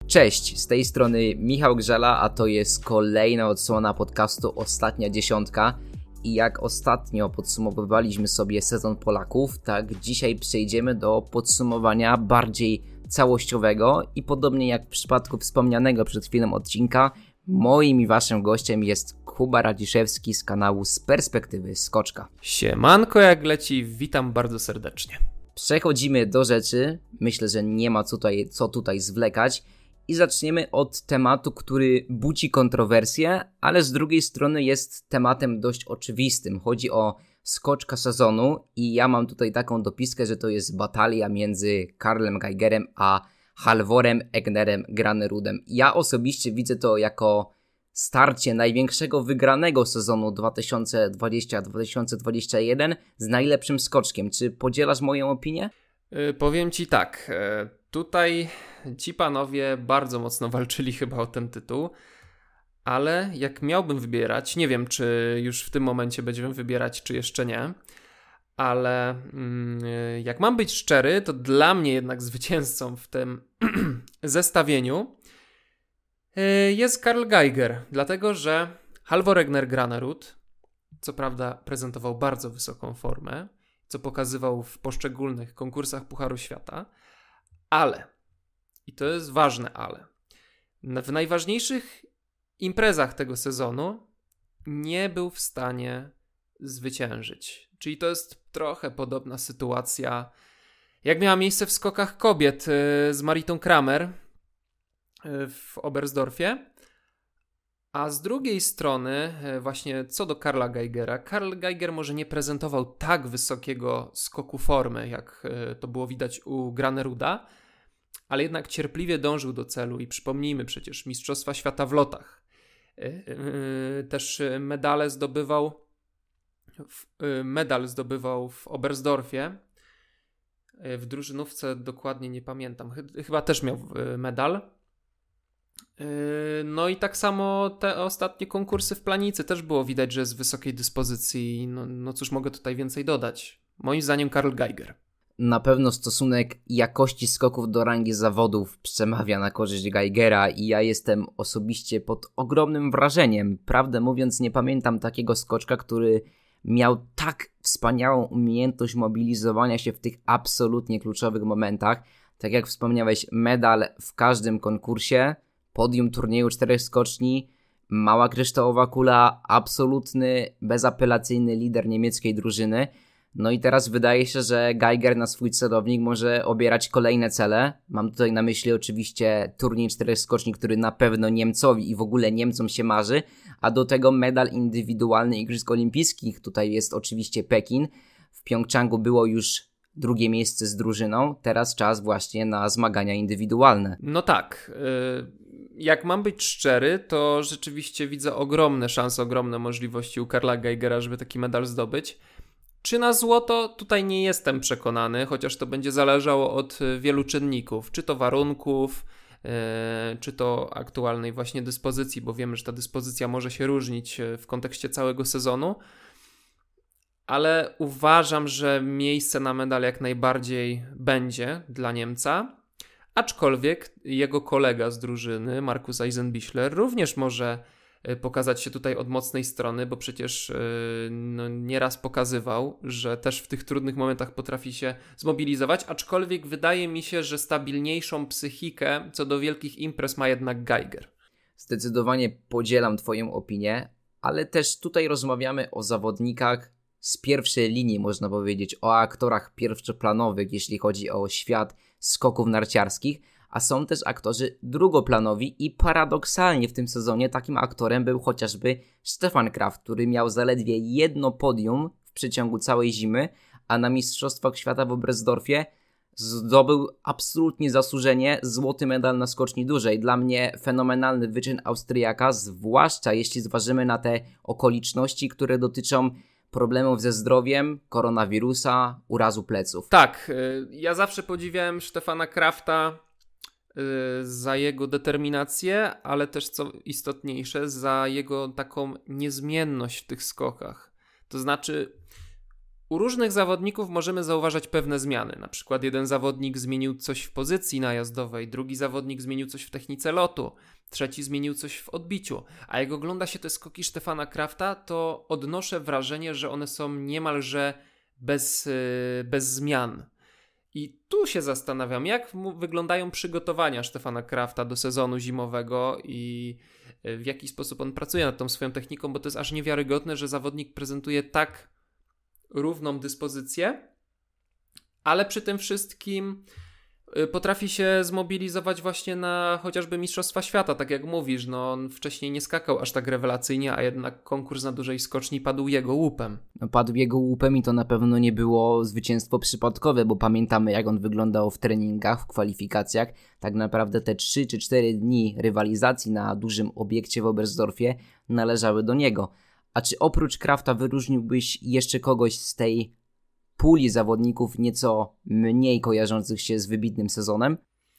Cześć, z tej strony Michał Grzela, a to jest kolejna odsłona podcastu Ostatnia Dziesiątka. I jak ostatnio podsumowywaliśmy sobie sezon Polaków, tak dzisiaj przejdziemy do podsumowania bardziej całościowego i podobnie jak w przypadku wspomnianego przed chwilą odcinka, moim i waszym gościem jest Kuba Radziszewski z kanału Z Perspektywy Skoczka. Siemanko, jak leci, witam bardzo serdecznie. Przechodzimy do rzeczy, myślę, że nie ma co tutaj zwlekać i zaczniemy od tematu, który budzi kontrowersje, ale z drugiej strony jest tematem dość oczywistym. Chodzi o skoczka sezonu i ja mam tutaj taką dopiskę, że to jest batalia między Karlem Geigerem a Halvorem Egnerem Granerudem. Ja osobiście widzę to jako starcie największego wygranego sezonu 2020-2021 z najlepszym skoczkiem. Czy podzielasz moją opinię? Powiem ci tak, tutaj ci panowie bardzo mocno walczyli chyba o ten tytuł, ale jak miałbym wybierać, nie wiem czy już w tym momencie będziemy wybierać, czy jeszcze nie, ale jak mam być szczery, to dla mnie jednak zwycięzcą w tym zestawieniu jest Karl Geiger, dlatego że Halvor Egner Granerud co prawda prezentował bardzo wysoką formę, co pokazywał w poszczególnych konkursach Pucharu Świata, ale, i to jest ważne ale, w najważniejszych imprezach tego sezonu nie był w stanie zwyciężyć. Czyli to jest trochę podobna sytuacja, jak miała miejsce w skokach kobiet z Maritą Kramer w Oberstdorfie. A z drugiej strony, właśnie co do Karla Geigera, Karl Geiger może nie prezentował tak wysokiego skoku formy, jak to było widać u Graneruda, ale jednak cierpliwie dążył do celu i przypomnijmy przecież Mistrzostwa Świata w lotach. Też medal zdobywał w Oberstdorfie. W drużynówce dokładnie nie pamiętam, chyba też miał medal. No i tak samo te ostatnie konkursy w Planicy też było widać, że jest w wysokiej dyspozycji. No cóż mogę tutaj więcej dodać. Moim zdaniem Karl Geiger. Na pewno stosunek jakości skoków do rangi zawodów przemawia na korzyść Geigera i ja jestem osobiście pod ogromnym wrażeniem. Prawdę mówiąc, nie pamiętam takiego skoczka, który miał tak wspaniałą umiejętność mobilizowania się w tych absolutnie kluczowych momentach. Tak jak wspomniałeś, medal w każdym konkursie, podium turnieju 4 skoczni, mała kryształowa kula, absolutny, bezapelacyjny lider niemieckiej drużyny. No i teraz wydaje się, że Geiger na swój celownik może obierać kolejne cele. Mam tutaj na myśli oczywiście turniej 4 skoczni, który na pewno Niemcowi i w ogóle Niemcom się marzy, a do tego medal indywidualny Igrzysk Olimpijskich. Tutaj jest oczywiście Pekin. W Pjongczangu było już drugie miejsce z drużyną, teraz czas właśnie na zmagania indywidualne. No tak, jak mam być szczery, to rzeczywiście widzę ogromne szanse, ogromne możliwości u Karla Geigera, żeby taki medal zdobyć. Czy na złoto? Tutaj nie jestem przekonany, chociaż to będzie zależało od wielu czynników, czy to warunków, czy to aktualnej właśnie dyspozycji, bo wiemy, że ta dyspozycja może się różnić w kontekście całego sezonu, ale uważam, że miejsce na medal jak najbardziej będzie dla Niemca, aczkolwiek jego kolega z drużyny, Markus Eisenbichler, również może pokazać się tutaj od mocnej strony, bo przecież nieraz pokazywał, że też w tych trudnych momentach potrafi się zmobilizować, aczkolwiek wydaje mi się, że stabilniejszą psychikę co do wielkich imprez ma jednak Geiger. Zdecydowanie podzielam twoją opinię, ale też tutaj rozmawiamy o zawodnikach z pierwszej linii, można powiedzieć, o aktorach pierwszoplanowych, jeśli chodzi o świat skoków narciarskich, a są też aktorzy drugoplanowi i paradoksalnie w tym sezonie takim aktorem był chociażby Stefan Kraft, który miał zaledwie jedno podium w przeciągu całej zimy, a na Mistrzostwach Świata w Oberstdorfie zdobył absolutnie zasłużenie złoty medal na skoczni dużej. Dla mnie fenomenalny wyczyn Austriaka, zwłaszcza jeśli zważymy na te okoliczności, które dotyczą problemów ze zdrowiem, koronawirusa, urazu pleców. Tak, ja zawsze podziwiałem Stefana Krafta za jego determinację, ale też co istotniejsze, za jego taką niezmienność w tych skokach. To znaczy U różnych zawodników możemy zauważać pewne zmiany. Na przykład jeden zawodnik zmienił coś w pozycji najazdowej, drugi zawodnik zmienił coś w technice lotu, trzeci zmienił coś w odbiciu. A jak ogląda się te skoki Stefana Krafta, to odnoszę wrażenie, że one są niemalże bez zmian. I tu się zastanawiam, jak wyglądają przygotowania Stefana Krafta do sezonu zimowego i w jaki sposób on pracuje nad tą swoją techniką, bo to jest aż niewiarygodne, że zawodnik prezentuje tak równą dyspozycję, ale przy tym wszystkim potrafi się zmobilizować właśnie na chociażby Mistrzostwa Świata, tak jak mówisz, no on wcześniej nie skakał aż tak rewelacyjnie, a jednak konkurs na dużej skoczni padł jego łupem. No, padł jego łupem i to na pewno nie było zwycięstwo przypadkowe, bo pamiętamy, jak on wyglądał w treningach, w kwalifikacjach. Tak naprawdę te 3 czy 4 dni rywalizacji na dużym obiekcie w Oberstdorfie należały do niego. A czy oprócz Krafta wyróżniłbyś jeszcze kogoś z tej puli zawodników nieco mniej kojarzących się z wybitnym sezonem?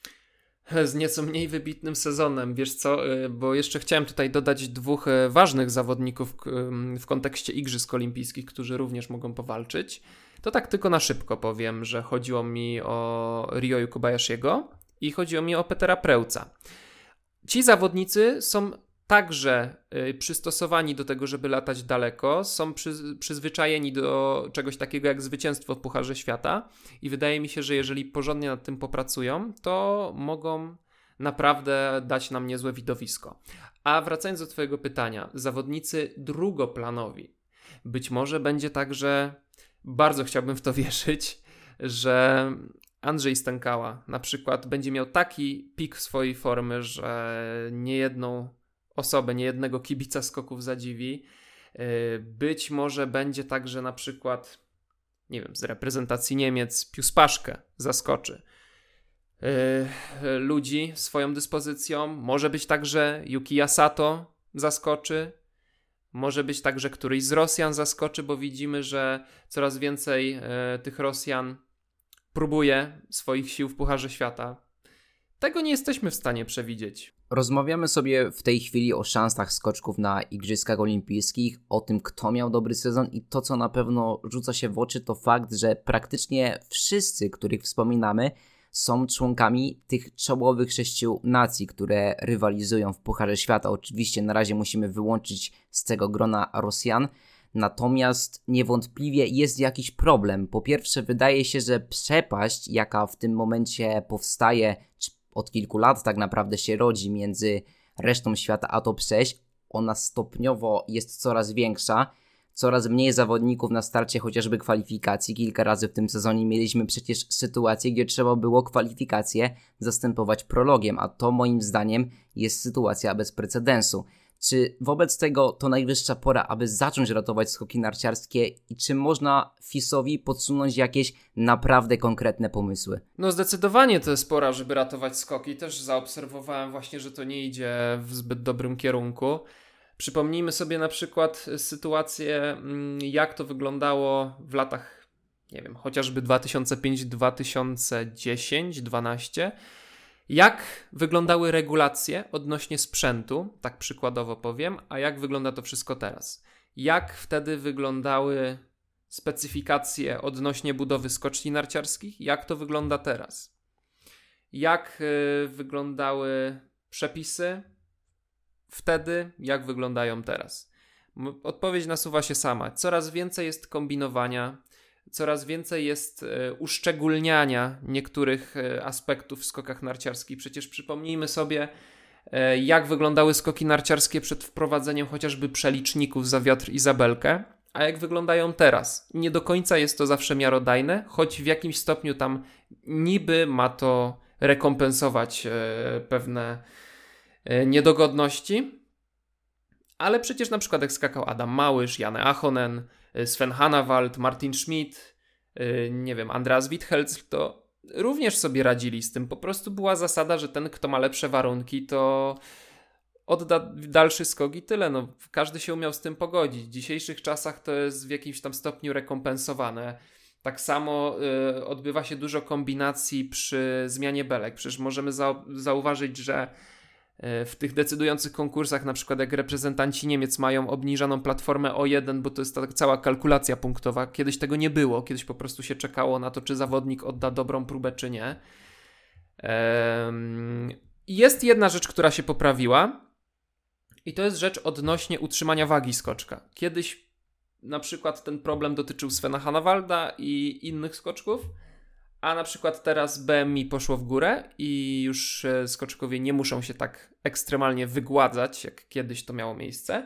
Z nieco mniej wybitnym sezonem, wiesz co, bo jeszcze chciałem tutaj dodać 2 ważnych zawodników w kontekście Igrzysk Olimpijskich, którzy również mogą powalczyć. To tak tylko na szybko powiem, że chodziło mi o Ryoyu Kobayashiego i chodziło mi o Petera Preuca. Ci zawodnicy są także przystosowani do tego, żeby latać daleko, są przyzwyczajeni do czegoś takiego jak zwycięstwo w Pucharze Świata i wydaje mi się, że jeżeli porządnie nad tym popracują, to mogą naprawdę dać nam niezłe widowisko. A wracając do twojego pytania, zawodnicy drugoplanowi. Być może będzie tak, że bardzo chciałbym w to wierzyć, że Andrzej Stękała na przykład będzie miał taki pik swojej formy, że niejedną osobę, niejednego kibica skoków zadziwi. Być może będzie tak, że na przykład, nie wiem, z reprezentacji Niemiec Pius Paschke zaskoczy ludzi swoją dyspozycją. Może być tak, że Yukiya Sato zaskoczy. Może być tak, że któryś z Rosjan zaskoczy, bo widzimy, że coraz więcej tych Rosjan próbuje swoich sił w Pucharze Świata. Tego nie jesteśmy w stanie przewidzieć. Rozmawiamy sobie w tej chwili o szansach skoczków na Igrzyskach Olimpijskich, o tym, kto miał dobry sezon i to, co na pewno rzuca się w oczy, to fakt, że praktycznie wszyscy, których wspominamy, są członkami tych czołowych 6 nacji, które rywalizują w Pucharze Świata. Oczywiście na razie musimy wyłączyć z tego grona Rosjan, natomiast niewątpliwie jest jakiś problem. Po pierwsze, wydaje się, że przepaść, jaka w tym momencie powstaje, czy od kilku lat tak naprawdę się rodzi między resztą świata a top 6, ona stopniowo jest coraz większa, coraz mniej zawodników na starcie chociażby kwalifikacji. Kilka razy w tym sezonie mieliśmy przecież sytuację, gdzie trzeba było kwalifikacje zastępować prologiem, a to moim zdaniem jest sytuacja bez precedensu. Czy wobec tego to najwyższa pora, aby zacząć ratować skoki narciarskie i czy można FIS-owi podsunąć jakieś naprawdę konkretne pomysły? No zdecydowanie to jest pora, żeby ratować skoki. Też zaobserwowałem właśnie, że to nie idzie w zbyt dobrym kierunku. Przypomnijmy sobie na przykład sytuację, jak to wyglądało w latach, nie wiem, chociażby 2005, 2010, 2012. Jak wyglądały regulacje odnośnie sprzętu, tak przykładowo powiem, a jak wygląda to wszystko teraz? Jak wtedy wyglądały specyfikacje odnośnie budowy skoczni narciarskich? Jak to wygląda teraz? Jak wyglądały przepisy wtedy? Jak wyglądają teraz? Odpowiedź nasuwa się sama. Coraz więcej jest kombinowania, coraz więcej jest uszczególniania niektórych aspektów w skokach narciarskich. Przecież przypomnijmy sobie, jak wyglądały skoki narciarskie przed wprowadzeniem chociażby przeliczników za wiatr i za belkę, a jak wyglądają teraz. Nie do końca jest to zawsze miarodajne, choć w jakimś stopniu tam niby ma to rekompensować pewne niedogodności, ale przecież na przykład jak skakał Adam Małysz, Janne Ahonen, Sven Hannawald, Martin Schmidt, nie wiem, Andreas Withelcl, to również sobie radzili z tym. Po prostu była zasada, że ten, kto ma lepsze warunki, to odda dalszy skok i tyle. No, każdy się umiał z tym pogodzić. W dzisiejszych czasach to jest w jakimś tam stopniu rekompensowane. Tak samo odbywa się dużo kombinacji przy zmianie belek. Przecież możemy zauważyć, że w tych decydujących konkursach, na przykład jak reprezentanci Niemiec mają obniżaną platformę o 1, bo to jest ta cała kalkulacja punktowa. Kiedyś tego nie było, kiedyś po prostu się czekało na to, czy zawodnik odda dobrą próbę, czy nie. Jest jedna rzecz, która się poprawiła i to jest rzecz odnośnie utrzymania wagi skoczka. Kiedyś na przykład ten problem dotyczył Svena Hannawalda i innych skoczków, a na przykład teraz BMI poszło w górę i już skoczkowie nie muszą się tak ekstremalnie wygładzać, jak kiedyś to miało miejsce.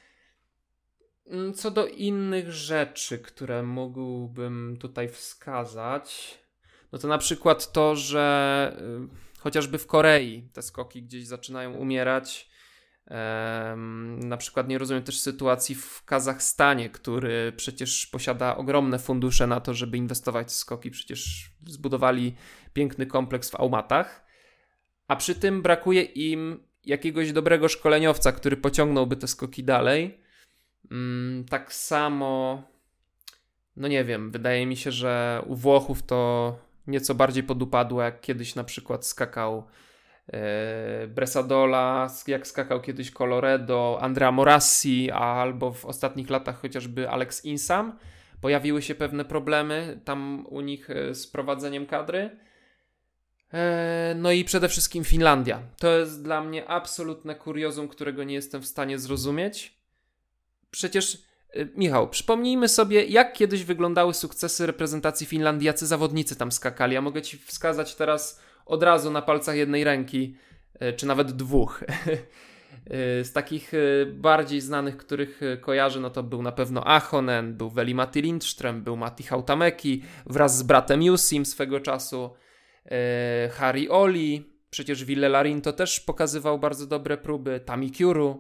Co do innych rzeczy, które mógłbym tutaj wskazać, no to na przykład to, że chociażby w Korei te skoki gdzieś zaczynają umierać. Na przykład nie rozumiem też sytuacji w Kazachstanie, który przecież posiada ogromne fundusze na to, żeby inwestować w skoki. Przecież zbudowali piękny kompleks w Almatach, a przy tym brakuje im jakiegoś dobrego szkoleniowca, który pociągnąłby te skoki dalej. Tak samo, no nie wiem, wydaje mi się, że u Włochów to nieco bardziej podupadło, jak kiedyś na przykład skakał Bresadola, jak skakał kiedyś Coloredo, Andrea Morassi, albo w ostatnich latach chociażby Alex Insam. Pojawiły się pewne problemy tam u nich z prowadzeniem kadry. No i przede wszystkim Finlandia. To jest dla mnie absolutne kuriozum, którego nie jestem w stanie zrozumieć. Przecież, Michał, przypomnijmy sobie, jak kiedyś wyglądały sukcesy reprezentacji Finlandii, jacy zawodnicy tam skakali. Ja mogę ci wskazać teraz od razu na palcach jednej ręki, czy nawet dwóch. Z takich bardziej znanych, których kojarzę, no to był na pewno Ahonen, był Veli-Matti Lindström, był Matti Hautamäki wraz z bratem Jussim swego czasu, Harry Oli, przecież Ville Larinto też pokazywał bardzo dobre próby, Tami Kiuru.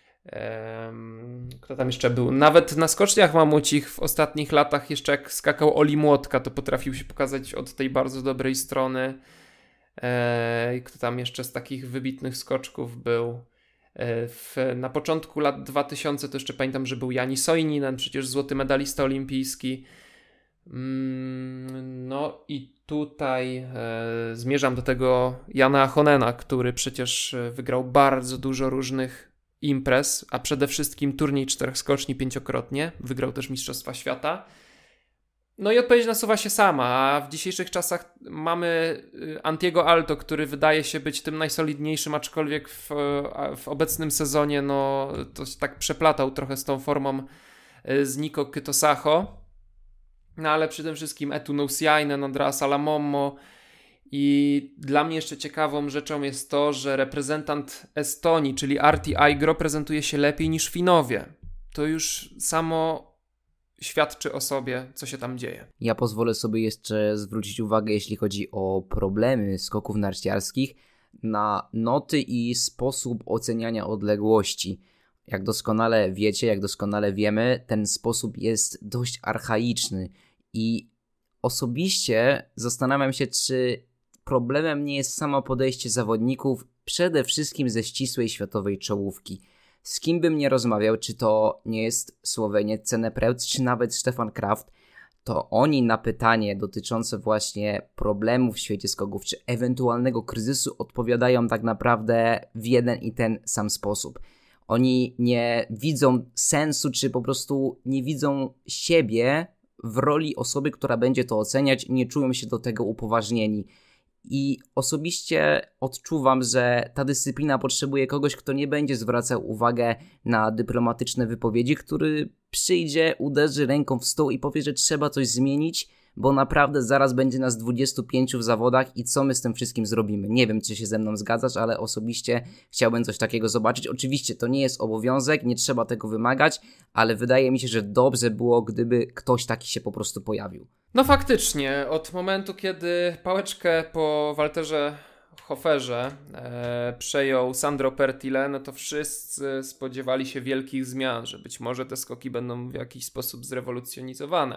Kto tam jeszcze był? Nawet na skoczniach mamucich w ostatnich latach jeszcze jak skakał Oli Młotka, to potrafił się pokazać od tej bardzo dobrej strony. Kto tam jeszcze z takich wybitnych skoczków był? Na początku lat 2000 to jeszcze pamiętam, że był Jani Soininen, przecież złoty medalista olimpijski. No i tutaj zmierzam do tego Jana Ahonena, który przecież wygrał bardzo dużo różnych imprez, a przede wszystkim turniej 4 skoczni 5-krotnie. Wygrał też Mistrzostwa Świata. No i odpowiedź nasuwa się sama, a w dzisiejszych czasach mamy Antiego Alto, który wydaje się być tym najsolidniejszym, aczkolwiek w obecnym sezonie no to się tak przeplatał trochę z tą formą z Niko Kytosaho. No ale przy tym wszystkim Eetu Nousiainen, Andrea Salamommo i dla mnie jeszcze ciekawą rzeczą jest to, że reprezentant Estonii, czyli Arti Aigro, prezentuje się lepiej niż Finowie. To już samo świadczy o sobie, co się tam dzieje. Ja pozwolę sobie jeszcze zwrócić uwagę, jeśli chodzi o problemy skoków narciarskich, na noty i sposób oceniania odległości. Jak doskonale wiecie, jak doskonale wiemy, ten sposób jest dość archaiczny i osobiście zastanawiam się, czy problemem nie jest samo podejście zawodników, przede wszystkim ze ścisłej światowej czołówki. Z kim bym nie rozmawiał, czy to nie jest Słoweniec Cenepreud, czy nawet Stefan Kraft, to oni na pytanie dotyczące właśnie problemów w świecie skoków, czy ewentualnego kryzysu odpowiadają tak naprawdę w jeden i ten sam sposób. Oni nie widzą sensu, czy po prostu nie widzą siebie w roli osoby, która będzie to oceniać, nie czują się do tego upoważnieni. I osobiście odczuwam, że ta dyscyplina potrzebuje kogoś, kto nie będzie zwracał uwagę na dyplomatyczne wypowiedzi, który przyjdzie, uderzy ręką w stół i powie, że trzeba coś zmienić, bo naprawdę zaraz będzie nas 25 w zawodach i co my z tym wszystkim zrobimy. Nie wiem, czy się ze mną zgadzasz, ale osobiście chciałbym coś takiego zobaczyć. Oczywiście to nie jest obowiązek, nie trzeba tego wymagać, ale wydaje mi się, że dobrze było, gdyby ktoś taki się po prostu pojawił. No faktycznie, od momentu, kiedy pałeczkę po Walterze Hoferze przejął Sandro Pertile, no to wszyscy spodziewali się wielkich zmian, że być może te skoki będą w jakiś sposób zrewolucjonizowane.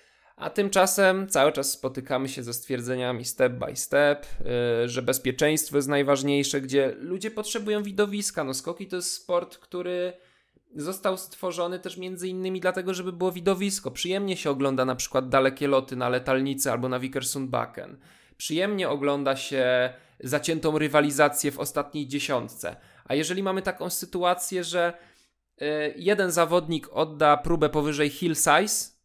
A tymczasem cały czas spotykamy się ze stwierdzeniami step by step, że bezpieczeństwo jest najważniejsze, gdzie ludzie potrzebują widowiska. No skoki to jest sport, który został stworzony też między innymi dlatego, żeby było widowisko. Przyjemnie się ogląda na przykład dalekie loty na Letalnicy albo na Vikersundbakken. Przyjemnie ogląda się zaciętą rywalizację w ostatniej dziesiątce. A jeżeli mamy taką sytuację, że jeden zawodnik odda próbę powyżej hill size,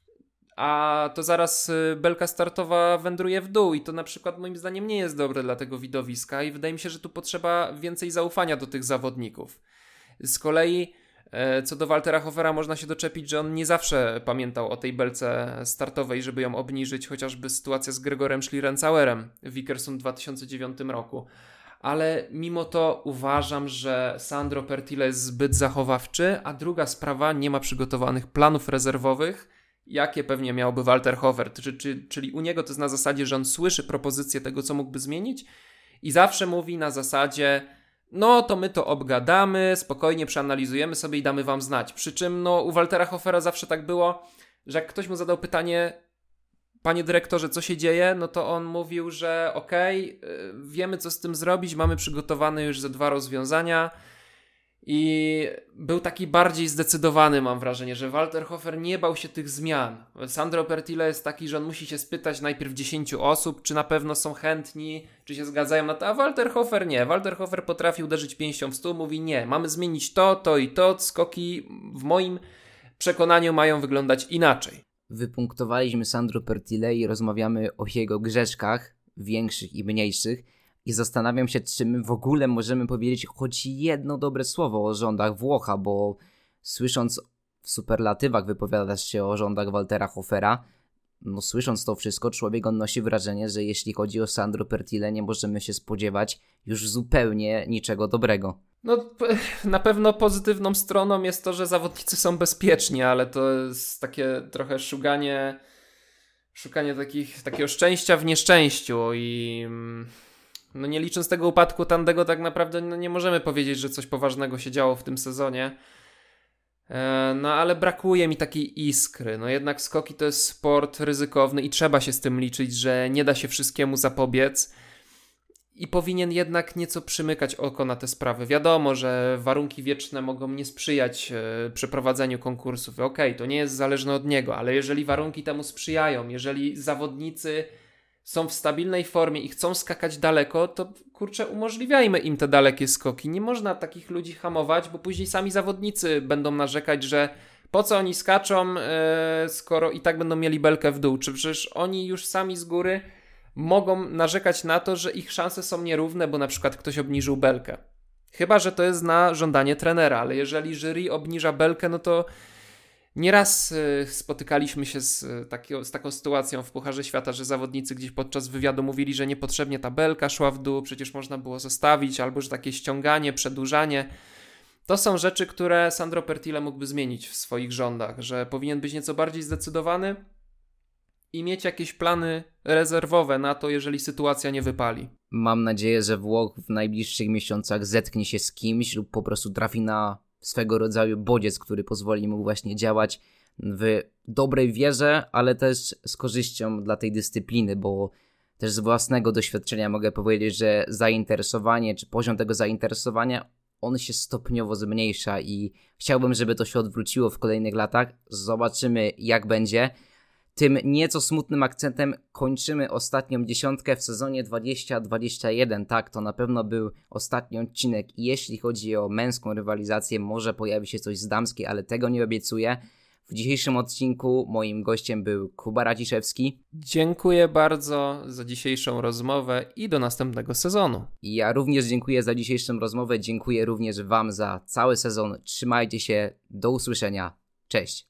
a to zaraz belka startowa wędruje w dół i to na przykład moim zdaniem nie jest dobre dla tego widowiska i wydaje mi się, że tu potrzeba więcej zaufania do tych zawodników. Z kolei co do Waltera Hofera można się doczepić, że on nie zawsze pamiętał o tej belce startowej, żeby ją obniżyć, chociażby sytuacja z Gregorem Schlierenzauerem w Vikersund w 2009 roku. Ale mimo to uważam, że Sandro Pertile jest zbyt zachowawczy, a druga sprawa, nie ma przygotowanych planów rezerwowych, jakie pewnie miałby Walter Hofer, czyli u niego to jest na zasadzie, że on słyszy propozycję tego, co mógłby zmienić i zawsze mówi na zasadzie, no to my to obgadamy, spokojnie przeanalizujemy sobie i damy wam znać. Przy czym u Waltera Hofera zawsze tak było, że jak ktoś mu zadał pytanie, panie dyrektorze, co się dzieje, no to on mówił, że okej, wiemy co z tym zrobić, mamy przygotowane już ze 2 rozwiązania i był taki bardziej zdecydowany, mam wrażenie, że Walter Hofer nie bał się tych zmian. Sandro Pertile jest taki, że on musi się spytać najpierw 10 osób, czy na pewno są chętni, czy się zgadzają na to, a Walter Hofer nie. Walter Hofer potrafi uderzyć pięścią w stół, mówi nie, mamy zmienić to i to, skoki w moim przekonaniu mają wyglądać inaczej. Wypunktowaliśmy Sandro Pertile i rozmawiamy o jego grzeszkach, większych i mniejszych, i zastanawiam się, czy my w ogóle możemy powiedzieć choć jedno dobre słowo o rządach Włocha, bo słysząc w superlatywach wypowiadać się o rządach Waltera Hofera, słysząc to wszystko, człowiek odnosi wrażenie, że jeśli chodzi o Sandro Pertile, nie możemy się spodziewać już zupełnie niczego dobrego. Na pewno pozytywną stroną jest to, że zawodnicy są bezpieczni, ale to jest takie trochę szukanie takiego szczęścia w nieszczęściu i nie licząc tego upadku Tandego, tak naprawdę nie możemy powiedzieć, że coś poważnego się działo w tym sezonie. Ale brakuje mi takiej iskry. Jednak skoki to jest sport ryzykowny i trzeba się z tym liczyć, że nie da się wszystkiemu zapobiec i powinien jednak nieco przymykać oko na te sprawy. Wiadomo, że warunki wieczne mogą nie sprzyjać przeprowadzeniu konkursów. Okej, to nie jest zależne od niego, ale jeżeli warunki temu sprzyjają, jeżeli zawodnicy są w stabilnej formie i chcą skakać daleko, to umożliwiajmy im te dalekie skoki. Nie można takich ludzi hamować, bo później sami zawodnicy będą narzekać, że po co oni skaczą, skoro i tak będą mieli belkę w dół. Czy przecież oni już sami z góry mogą narzekać na to, że ich szanse są nierówne, bo na przykład ktoś obniżył belkę. Chyba że to jest na żądanie trenera, ale jeżeli jury obniża belkę, no to nieraz spotykaliśmy się z taką sytuacją w Pucharze Świata, że zawodnicy gdzieś podczas wywiadu mówili, że niepotrzebnie ta belka szła w dół, przecież można było zostawić, albo że takie ściąganie, przedłużanie. To są rzeczy, które Sandro Pertile mógłby zmienić w swoich rządach, że powinien być nieco bardziej zdecydowany i mieć jakieś plany rezerwowe na to, jeżeli sytuacja nie wypali. Mam nadzieję, że Włoch w najbliższych miesiącach zetknie się z kimś lub po prostu trafi na swego rodzaju bodziec, który pozwoli mu właśnie działać w dobrej wierze, ale też z korzyścią dla tej dyscypliny, bo też z własnego doświadczenia mogę powiedzieć, że zainteresowanie, czy poziom tego zainteresowania, on się stopniowo zmniejsza i chciałbym, żeby to się odwróciło w kolejnych latach. Zobaczymy, jak będzie. Tym nieco smutnym akcentem kończymy ostatnią dziesiątkę w sezonie 2021. Tak, to na pewno był ostatni odcinek i jeśli chodzi o męską rywalizację, może pojawi się coś z damskiej, ale tego nie obiecuję. W dzisiejszym odcinku moim gościem był Kuba Raciszewski. Dziękuję bardzo za dzisiejszą rozmowę i do następnego sezonu. Ja również dziękuję za dzisiejszą rozmowę, dziękuję również Wam za cały sezon. Trzymajcie się, do usłyszenia, cześć.